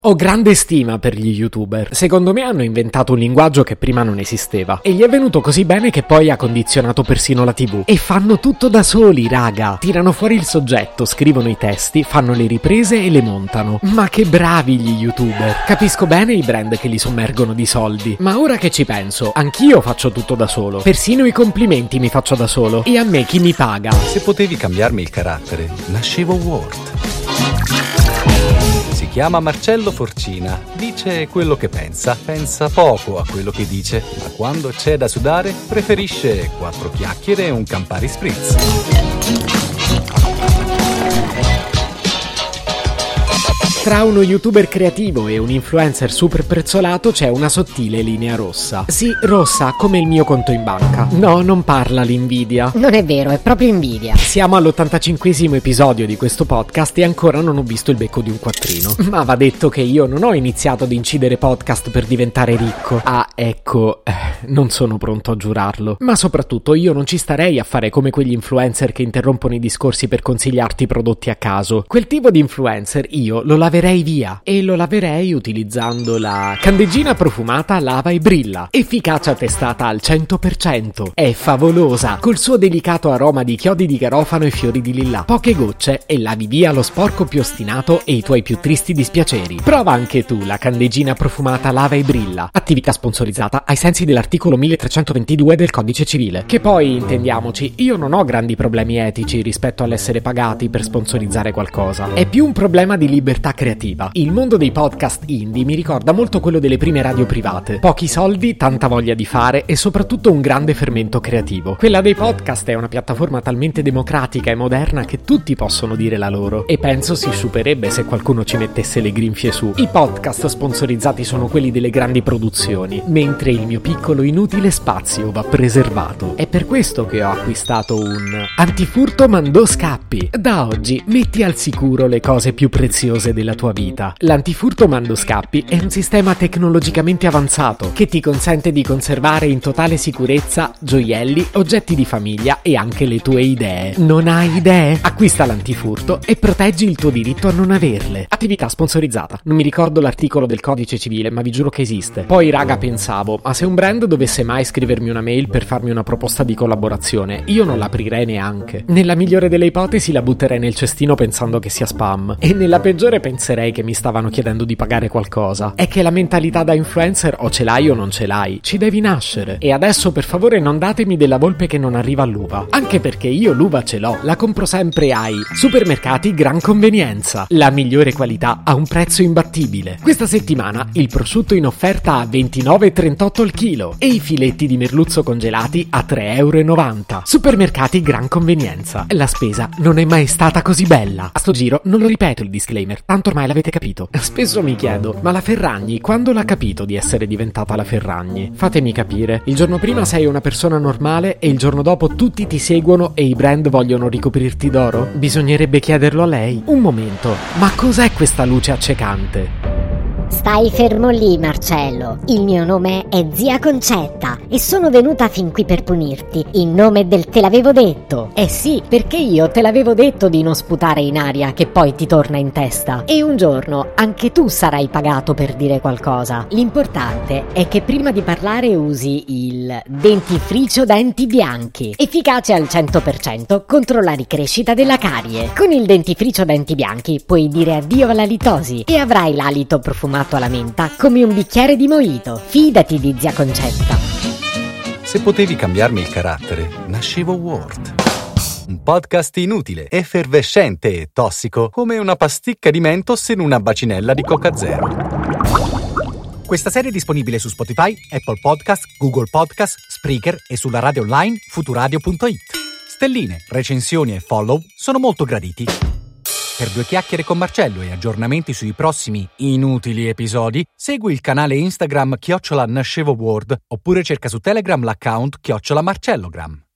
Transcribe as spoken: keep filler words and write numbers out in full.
Ho grande stima per gli YouTuber. Secondo me hanno inventato un linguaggio che prima non esisteva. E gli è venuto così bene che poi ha condizionato persino la tivù. E fanno tutto da soli, raga. Tirano fuori il soggetto, scrivono i testi, fanno le riprese e le montano. Ma che bravi gli YouTuber. Capisco bene i brand che li sommergono di soldi. Ma ora che ci penso, anch'io faccio tutto da solo. Persino i complimenti mi faccio da solo. E a me chi mi paga? Se potevi cambiarmi il carattere, nascevo Word. Si chiama Marcello Forcina, dice quello che pensa, pensa poco a quello che dice, ma quando c'è da sudare preferisce quattro chiacchiere e un Campari Spritz. Tra uno YouTuber creativo e un influencer super prezzolato c'è una sottile linea rossa. Sì, rossa, come il mio conto in banca. No, non parla l'invidia. Non è vero, è proprio invidia. Siamo all'ottantacinquesimo episodio di questo podcast e ancora non ho visto il becco di un quattrino. Ma va detto che io non ho iniziato ad incidere podcast per diventare ricco. Ah, ecco, eh, non sono pronto a giurarlo. Ma soprattutto io non ci starei a fare come quegli influencer che interrompono i discorsi per consigliarti prodotti a caso. Quel tipo di influencer io lo laverei via. E lo laverei utilizzando la candeggina profumata Lava e Brilla. Efficacia testata al cento per cento. È favolosa, col suo delicato aroma di chiodi di garofano e fiori di lilla. Poche gocce e lavi via lo sporco più ostinato e i tuoi più tristi dispiaceri. Prova anche tu la candeggina profumata Lava e Brilla. Attività sponsorizzata ai sensi dell'articolo milletrecentoventidue del codice civile. Che poi, intendiamoci, io non ho grandi problemi etici rispetto all'essere pagati per sponsorizzare qualcosa. È più un problema di libertà creativa. Il mondo dei podcast indie mi ricorda molto quello delle prime radio private. Pochi soldi, tanta voglia di fare e soprattutto un grande fermento creativo. Quella dei podcast è una piattaforma talmente democratica e moderna che tutti possono dire la loro. E penso si sciuperebbe se qualcuno ci mettesse le grinfie su. I podcast sponsorizzati sono quelli delle grandi produzioni, mentre il mio piccolo inutile spazio va preservato. È per questo che ho acquistato un antifurto Mandò Scappi. Da oggi metti al sicuro le cose più preziose della tua vita. L'antifurto Mandò Scappi è un sistema tecnologicamente avanzato che ti consente di conservare in totale sicurezza gioielli, oggetti di famiglia e anche le tue idee. Non hai idee? Acquista l'antifurto e proteggi il tuo diritto a non averle. Attività sponsorizzata. Non mi ricordo l'articolo del codice civile, ma vi giuro che esiste. Poi raga pensavo, ma se un brand dovesse mai scrivermi una mail per farmi una proposta di collaborazione, io non l'aprirei neanche. Nella migliore delle ipotesi la butterei nel cestino pensando che sia spam. E nella peggiore penserei che mi stavano chiedendo di pagare qualcosa. È che la mentalità da influencer o ce l'hai o non ce l'hai. Ci devi nascere. E adesso per favore non datemi della volpe che non arriva all'uva. Anche perché io l'uva ce l'ho. La compro sempre ai supermercati Gran Convenienza. La migliore qualità a un prezzo imbattibile. Questa settimana il prosciutto in offerta a ventinove e trentotto al chilo e i filetti di merluzzo congelati a tre e novanta euro. Supermercati Gran Convenienza. La spesa non è mai stata così bella. A sto giro non lo ripeto il disclaimer, tanto ormai l'avete capito. Spesso mi chiedo, ma la Ferragni quando l'ha capito di essere diventata la Ferragni? Fatemi capire, il giorno prima sei una persona normale e il giorno dopo tutti ti seguono e i brand vogliono ricoprirti d'oro? Bisognerebbe chiederlo a lei. Un momento, ma cos'è questa luce accecante? Stai fermo lì, Marcello. Il mio nome è Zia Concetta e sono venuta fin qui per punirti, in nome del te l'avevo detto. Eh sì, perché io te l'avevo detto di non sputare in aria che poi ti torna in testa. E un giorno anche tu sarai pagato per dire qualcosa. L'importante è che prima di parlare usi il dentifricio denti bianchi, efficace al cento per cento contro la ricrescita della carie. Con il dentifricio denti bianchi puoi dire addio alla litosi e avrai l'alito profumato alla menta come un bicchiere di mojito. Fidati di Zia Concetta. Se potevi cambiarmi il carattere, nascevo Word. Un podcast inutile, effervescente e tossico, come una pasticca di Mentos in una bacinella di Coca Zero. Questa serie è disponibile su Spotify, Apple Podcast, Google Podcast, Spreaker e sulla radio online futuradio punto it. Stelline, recensioni e follow sono molto graditi. Per due chiacchiere con Marcello e aggiornamenti sui prossimi inutili episodi, segui il canale Instagram chiocciola Nascevo Word oppure cerca su Telegram l'account chiocciola Marcellogram.